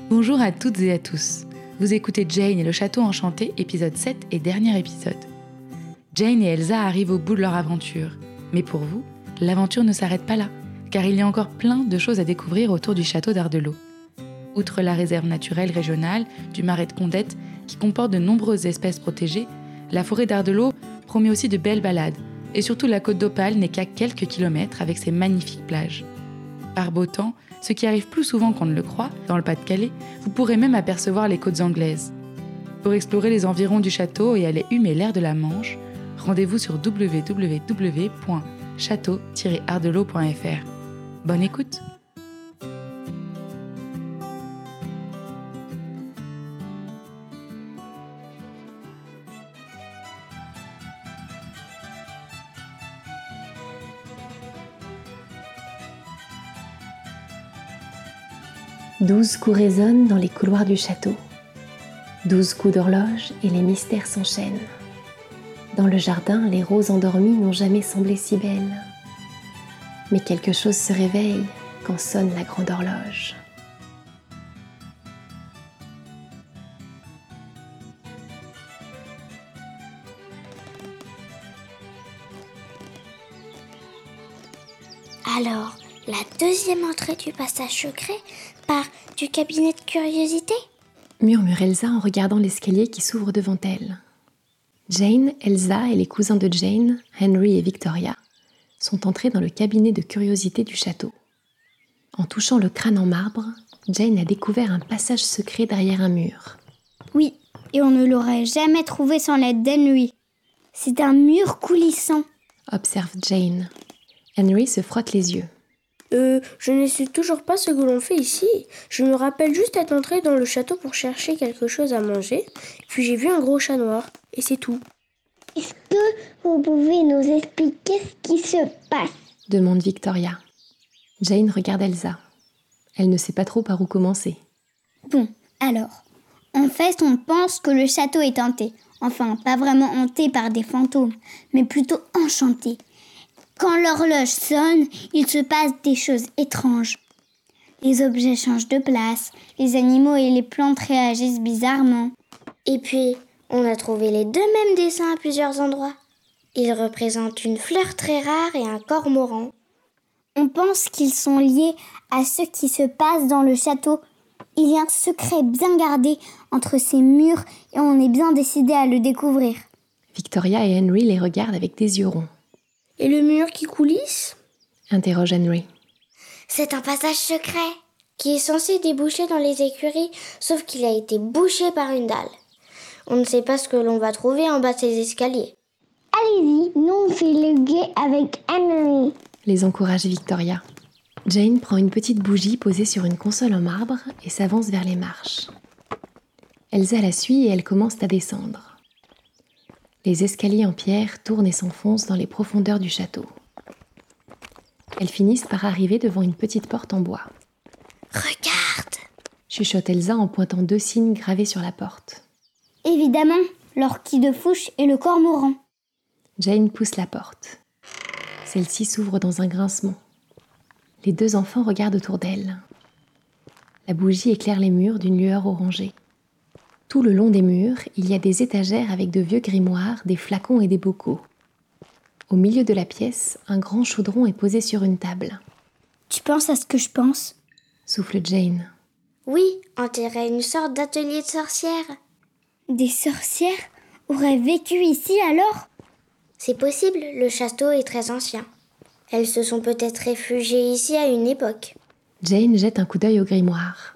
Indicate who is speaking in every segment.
Speaker 1: Bonjour à toutes et à tous. Vous écoutez Jane et le Château Enchanté, épisode 7 et dernier épisode. Jane et Elsa arrivent au bout de leur aventure. Mais pour vous, l'aventure ne s'arrête pas là, car il y a encore plein de choses à découvrir autour du château d'Ardelot. Outre la réserve naturelle régionale du Marais de Condette, qui comporte de nombreuses espèces protégées, la forêt d'Ardelot promet aussi de belles balades, et surtout la côte d'Opale n'est qu'à quelques kilomètres avec ses magnifiques plages. Par beau temps, ce qui arrive plus souvent qu'on ne le croit, dans le Pas-de-Calais, vous pourrez même apercevoir les côtes anglaises. Pour explorer les environs du château et aller humer l'air de la Manche, rendez-vous sur www.château-ardelot.fr. Bonne écoute!
Speaker 2: Douze coups résonnent dans les couloirs du château. 12 coups d'horloge et les mystères s'enchaînent. Dans le jardin, les roses endormies n'ont jamais semblé si belles. Mais quelque chose se réveille quand sonne la grande horloge.
Speaker 3: Alors, la deuxième entrée du passage secret part du cabinet de curiosité ?
Speaker 2: Murmure Elsa en regardant l'escalier qui s'ouvre devant elle. Jane, Elsa et les cousins de Jane, Henry et Victoria, sont entrés dans le cabinet de curiosité du château. En touchant le crâne en marbre, Jane a découvert un passage secret derrière un mur.
Speaker 3: Oui, et on ne l'aurait jamais trouvé sans l'aide d'Henry. C'est un mur coulissant.
Speaker 2: Observe Jane. Henry se frotte les yeux.
Speaker 4: Je ne sais toujours pas ce que l'on fait ici. Je me rappelle juste être entrée dans le château pour chercher quelque chose à manger. Puis j'ai vu un gros chat noir. Et c'est tout.
Speaker 5: Est-ce que vous pouvez nous expliquer ce qui se passe ?
Speaker 2: Demande Victoria. Jane regarde Elsa. Elle ne sait pas trop par où commencer.
Speaker 3: Bon, alors, en fait, on pense que le château est hanté. Enfin, pas vraiment hanté par des fantômes, mais plutôt enchanté. Quand l'horloge sonne, il se passe des choses étranges. Les objets changent de place, les animaux et les plantes réagissent bizarrement.
Speaker 4: Et puis, on a trouvé les deux mêmes dessins à plusieurs endroits. Ils représentent une fleur très rare et un cormoran.
Speaker 3: On pense qu'ils sont liés à ce qui se passe dans le château. Il y a un secret bien gardé entre ces murs et on est bien décidé à le découvrir.
Speaker 2: Victoria et Henry les regardent avec des yeux ronds.
Speaker 4: Et le mur qui coulisse ?
Speaker 2: Interroge Henry.
Speaker 4: C'est un passage secret qui est censé déboucher dans les écuries, sauf qu'il a été bouché par une dalle. On ne sait pas ce que l'on va trouver en bas de ces escaliers.
Speaker 5: Allez-y, nous on fait le guet avec Henry.
Speaker 2: Les encourage Victoria. Jane prend une petite bougie posée sur une console en marbre et s'avance vers les marches. Elsa la suit et elle commence à descendre. Les escaliers en pierre tournent et s'enfoncent dans les profondeurs du château. Elles finissent par arriver devant une petite porte en bois.
Speaker 4: « Regarde !»
Speaker 2: chuchote Elsa en pointant 2 signes gravés sur la porte.
Speaker 3: Évidemment, l'ortie de Fouche et le cormoran.
Speaker 2: Jane pousse la porte. Celle-ci s'ouvre dans un grincement. Les 2 enfants regardent autour d'elle. La bougie éclaire les murs d'une lueur orangée. Tout le long des murs, il y a des étagères avec de vieux grimoires, des flacons et des bocaux. Au milieu de la pièce, un grand chaudron est posé sur une table.
Speaker 3: « Tu penses à ce que je pense ?»
Speaker 2: souffle Jane.
Speaker 4: Oui, on dirait une sorte d'atelier de sorcières.
Speaker 3: Des sorcières auraient vécu ici alors ?
Speaker 4: C'est possible, le château est très ancien. Elles se sont peut-être réfugiées ici à une époque.
Speaker 2: Jane jette un coup d'œil au grimoire.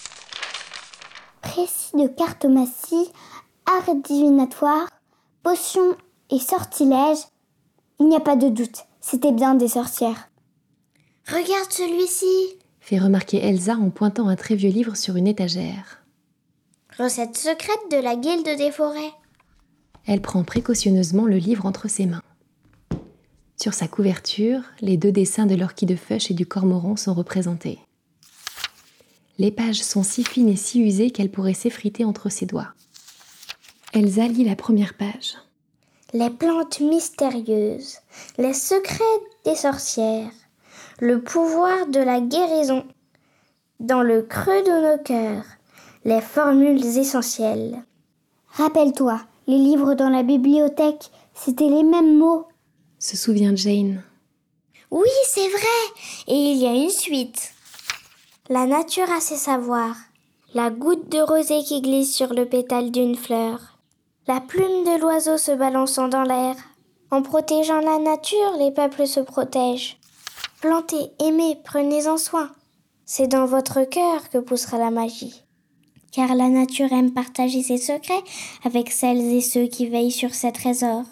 Speaker 3: Précis de cartomancie, art divinatoire, potions et sortilèges. Il n'y a pas de doute, c'était bien des sorcières.
Speaker 4: Regarde celui-ci,
Speaker 2: fait remarquer Elsa en pointant un très vieux livre sur une étagère.
Speaker 4: Recette secrète de la guilde des forêts.
Speaker 2: Elle prend précautionneusement le livre entre ses mains. Sur sa couverture, les 2 dessins de l'ortie de Fouche et du cormoran sont représentés. Les pages sont si fines et si usées qu'elles pourraient s'effriter entre ses doigts. Elsa lit la première page.
Speaker 4: Les plantes mystérieuses, les secrets des sorcières, le pouvoir de la guérison. Dans le creux de nos cœurs, les formules essentielles.
Speaker 3: Rappelle-toi, les livres dans la bibliothèque, c'était les mêmes mots.
Speaker 2: se souvient Jane.
Speaker 4: Oui, c'est vrai. Et il y a une suite. La nature a ses savoirs. La goutte de rosée qui glisse sur le pétale d'une fleur. La plume de l'oiseau se balançant dans l'air. En protégeant la nature, les peuples se protègent. Plantez, aimez, prenez-en soin. C'est dans votre cœur que poussera la magie. Car la nature aime partager ses secrets avec celles et ceux qui veillent sur ses trésors.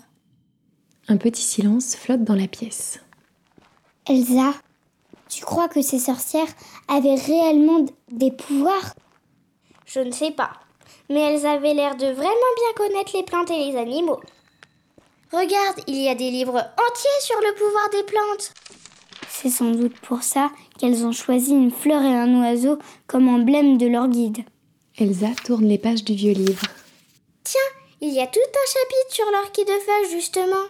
Speaker 2: Un petit silence flotte dans la pièce.
Speaker 3: Elsa, tu crois que ces sorcières avaient réellement des pouvoirs?
Speaker 4: Je ne sais pas, mais elles avaient l'air de vraiment bien connaître les plantes et les animaux. Regarde, il y a des livres entiers sur le pouvoir des plantes.
Speaker 3: C'est sans doute pour ça qu'elles ont choisi une fleur et un oiseau comme emblème de leur guide.
Speaker 2: Elsa tourne les pages du vieux livre.
Speaker 4: Tiens, il y a tout un chapitre sur l'orchid de feuilles, justement.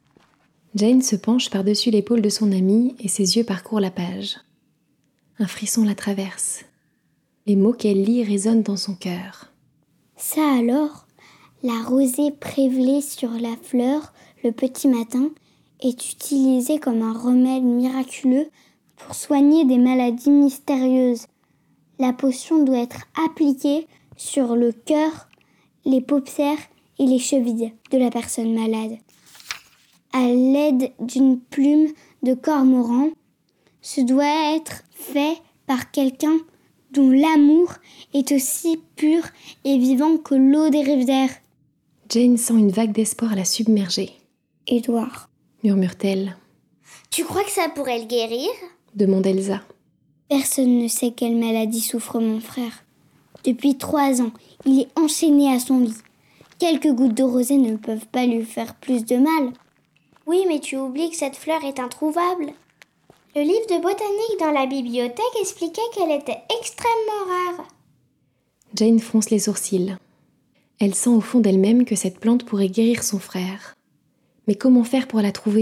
Speaker 2: Jane se penche par-dessus l'épaule de son amie et ses yeux parcourent la page. Un frisson la traverse. Les mots qu'elle lit résonnent dans son cœur.
Speaker 3: Ça alors, la rosée prévelée sur la fleur le petit matin est utilisée comme un remède miraculeux pour soigner des maladies mystérieuses. La potion doit être appliquée sur le cœur, les paupières et les chevilles de la personne malade. À l'aide d'une plume de cormoran, ce doit être fait par quelqu'un dont l'amour est aussi pur et vivant que l'eau des rivières.
Speaker 2: Jane sent une vague d'espoir la submerger.
Speaker 3: « Édouard,
Speaker 2: Murmure-t-elle.
Speaker 4: Tu crois que ça pourrait le guérir ?
Speaker 2: Demande Elsa.
Speaker 3: Personne ne sait quelle maladie souffre mon frère. Depuis 3 ans, il est enchaîné à son lit. Quelques gouttes de rosée ne peuvent pas lui faire plus de mal.
Speaker 4: Oui, mais tu oublies que cette fleur est introuvable. Le livre de botanique dans la bibliothèque expliquait qu'elle était extrêmement rare.
Speaker 2: Jane fronce les sourcils. Elle sent au fond d'elle-même que cette plante pourrait guérir son frère. Mais comment faire pour la trouver ?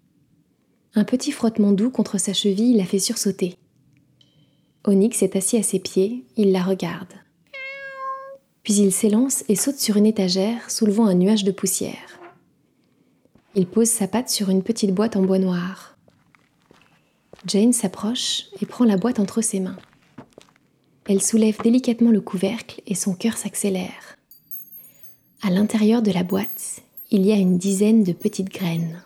Speaker 2: Un petit frottement doux contre sa cheville la fait sursauter. Onyx est assis à ses pieds, il la regarde. Puis il s'élance et saute sur une étagère, soulevant un nuage de poussière. Il pose sa patte sur une petite boîte en bois noir. Jane s'approche et prend la boîte entre ses mains. Elle soulève délicatement le couvercle et son cœur s'accélère. À l'intérieur de la boîte, il y a une dizaine de petites graines.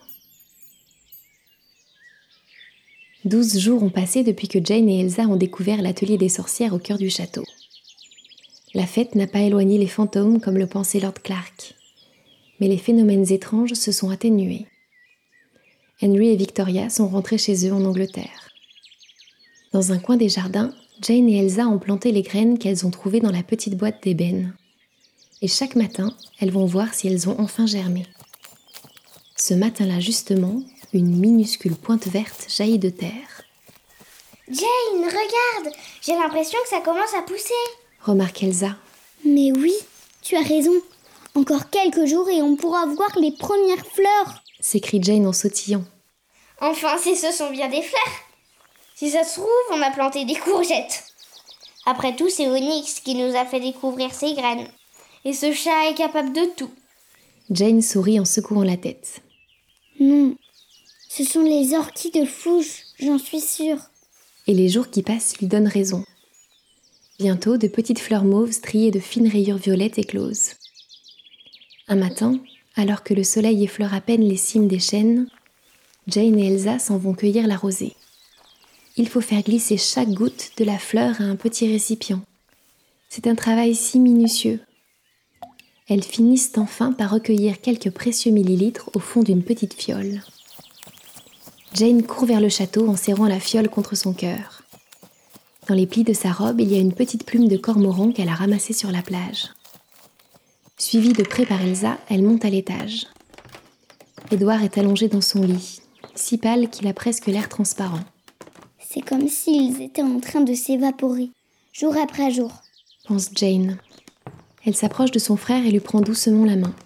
Speaker 2: 12 jours ont passé depuis que Jane et Elsa ont découvert l'atelier des sorcières au cœur du château. La fête n'a pas éloigné les fantômes comme le pensait Lord Clark. Mais les phénomènes étranges se sont atténués. Henry et Victoria sont rentrés chez eux en Angleterre. Dans un coin des jardins, Jane et Elsa ont planté les graines qu'elles ont trouvées dans la petite boîte d'ébène. Et chaque matin, elles vont voir si elles ont enfin germé. Ce matin-là, justement, une minuscule pointe verte jaillit de terre.
Speaker 4: « Jane, regarde! J'ai l'impression que ça commence à pousser !»
Speaker 2: remarque Elsa.
Speaker 3: Mais oui, tu as raison. Encore quelques jours et on pourra voir les premières fleurs.
Speaker 2: S'écrie Jane en sautillant.
Speaker 4: Enfin, ce sont bien des fleurs. Si ça se trouve, on a planté des courgettes. Après tout, c'est Onyx qui nous a fait découvrir ces graines. Et ce chat est capable de tout.
Speaker 2: Jane sourit en secouant la tête.
Speaker 3: Non, ce sont les orchis de Fouche, j'en suis sûre.
Speaker 2: Et les jours qui passent lui donnent raison. Bientôt, de petites fleurs mauves striées de fines rayures violettes éclosent. Un matin, alors que le soleil effleure à peine les cimes des chênes, Jane et Elsa s'en vont cueillir la rosée. Il faut faire glisser chaque goutte de la fleur à un petit récipient. C'est un travail si minutieux. Elles finissent enfin par recueillir quelques précieux millilitres au fond d'une petite fiole. Jane court vers le château en serrant la fiole contre son cœur. Dans les plis de sa robe, il y a une petite plume de cormoran qu'elle a ramassée sur la plage. Suivie de près par Elsa, elle monte à l'étage. Édouard est allongé dans son lit, si pâle qu'il a presque l'air transparent.
Speaker 3: C'est comme s'ils étaient en train de s'évaporer, jour après jour.
Speaker 2: Pense Jane. Elle s'approche de son frère et lui prend doucement la main.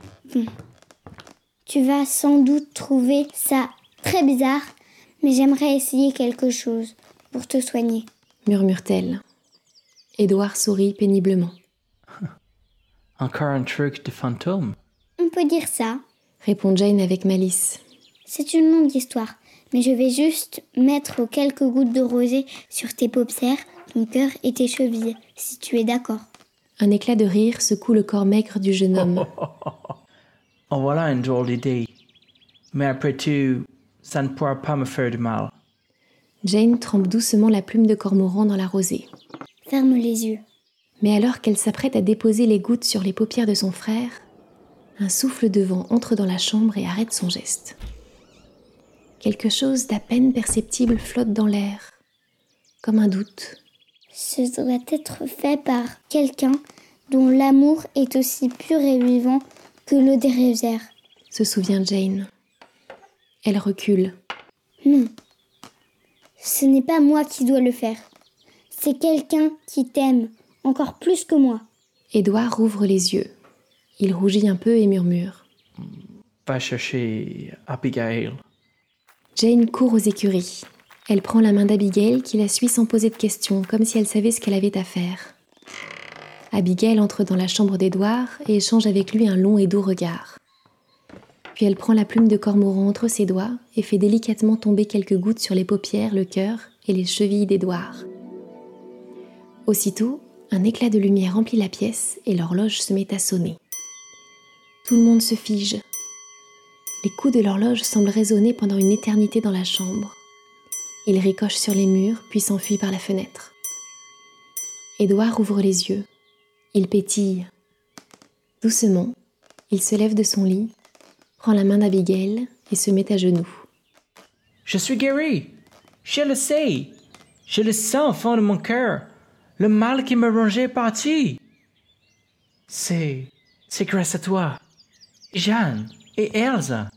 Speaker 3: Tu vas sans doute trouver ça très bizarre, mais j'aimerais essayer quelque chose pour te soigner.
Speaker 2: Murmure-t-elle. Édouard sourit péniblement.
Speaker 6: Encore un truc de fantôme.
Speaker 3: On peut dire ça.
Speaker 2: Répond Jane avec malice.
Speaker 3: C'est une longue histoire, mais je vais juste mettre quelques gouttes de rosée sur tes paupières, ton cœur et tes chevilles, si tu es d'accord.
Speaker 2: Un éclat de rire secoue le corps maigre du jeune homme.
Speaker 6: En voilà une drôle d'idée. Mais après tout, ça ne pourra pas me faire de mal.
Speaker 2: Jane trempe doucement la plume de cormoran dans la rosée.
Speaker 3: Ferme les yeux.
Speaker 2: Mais alors qu'elle s'apprête à déposer les gouttes sur les paupières de son frère, un souffle de vent entre dans la chambre et arrête son geste. Quelque chose d'à peine perceptible flotte dans l'air, comme un doute.
Speaker 3: Ce doit être fait par quelqu'un dont l'amour est aussi pur et vivant que l'eau des rivières.
Speaker 2: Se souvient Jane. Elle recule.
Speaker 3: Non, ce n'est pas moi qui dois le faire. C'est quelqu'un qui t'aime, encore plus que moi.
Speaker 2: Édouard rouvre les yeux. Il rougit un peu et murmure.
Speaker 6: Va chercher Abigail.
Speaker 2: Jane court aux écuries. Elle prend la main d'Abigail qui la suit sans poser de questions, comme si elle savait ce qu'elle avait à faire. Abigail entre dans la chambre d'Édouard et échange avec lui un long et doux regard. Puis elle prend la plume de cormoran entre ses doigts et fait délicatement tomber quelques gouttes sur les paupières, le cœur et les chevilles d'Édouard. Aussitôt, un éclat de lumière remplit la pièce et l'horloge se met à sonner. Tout le monde se fige. Les coups de l'horloge semblent résonner pendant une éternité dans la chambre. Il ricoche sur les murs, puis s'enfuit par la fenêtre. Édouard ouvre les yeux. Il pétille. Doucement, il se lève de son lit, prend la main d'Abigail et se met à genoux.
Speaker 6: Je suis guéri. Je le sais. Je le sens au fond de mon cœur. Le mal qui me rongeait est parti. C'est grâce à toi, Jeanne et Elsa.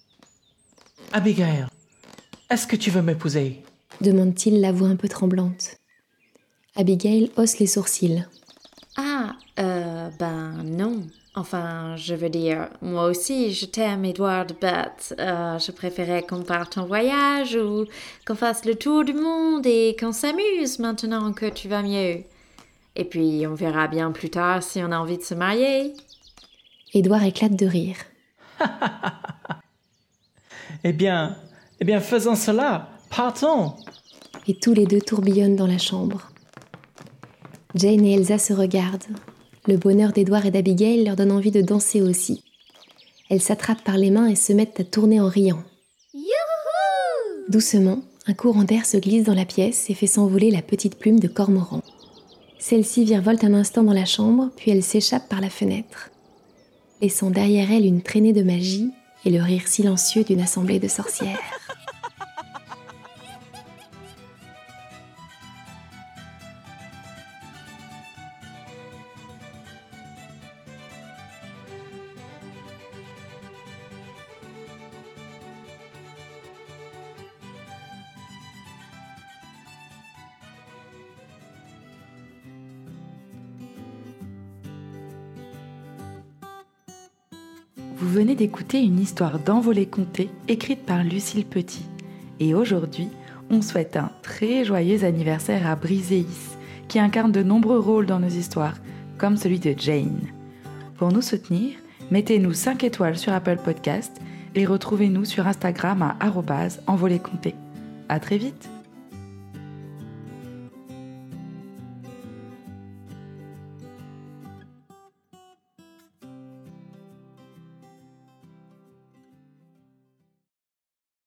Speaker 6: Abigail, est-ce que tu veux m'épouser?
Speaker 2: Demande-t-il, la voix un peu tremblante. Abigail hausse les sourcils.
Speaker 7: Non. Enfin, je veux dire, moi aussi, je t'aime, Edward, but je préférais qu'on parte en voyage ou qu'on fasse le tour du monde et qu'on s'amuse maintenant que tu vas mieux. Et puis, on verra bien plus tard si on a envie de se marier.
Speaker 2: Édouard éclate de rire.
Speaker 6: Eh bien, faisons cela. Partons.
Speaker 2: Et tous les deux tourbillonnent dans la chambre. Jane et Elsa se regardent. Le bonheur d'Édouard et d'Abigail leur donne envie de danser aussi. Elles s'attrapent par les mains et se mettent à tourner en riant. Youhou! Doucement, un courant d'air se glisse dans la pièce et fait s'envoler la petite plume de cormoran. Celle-ci virevolte un instant dans la chambre, puis elle s'échappe par la fenêtre, laissant derrière elle une traînée de magie et le rire silencieux d'une assemblée de sorcières.
Speaker 1: Vous venez d'écouter une histoire d'Envolée Conté écrite par Lucille Petit. Et aujourd'hui, on souhaite un très joyeux anniversaire à Briséis, qui incarne de nombreux rôles dans nos histoires, comme celui de Jane. Pour nous soutenir, mettez-nous 5 étoiles sur Apple Podcast et retrouvez-nous sur Instagram à @envoléeconté. À très vite!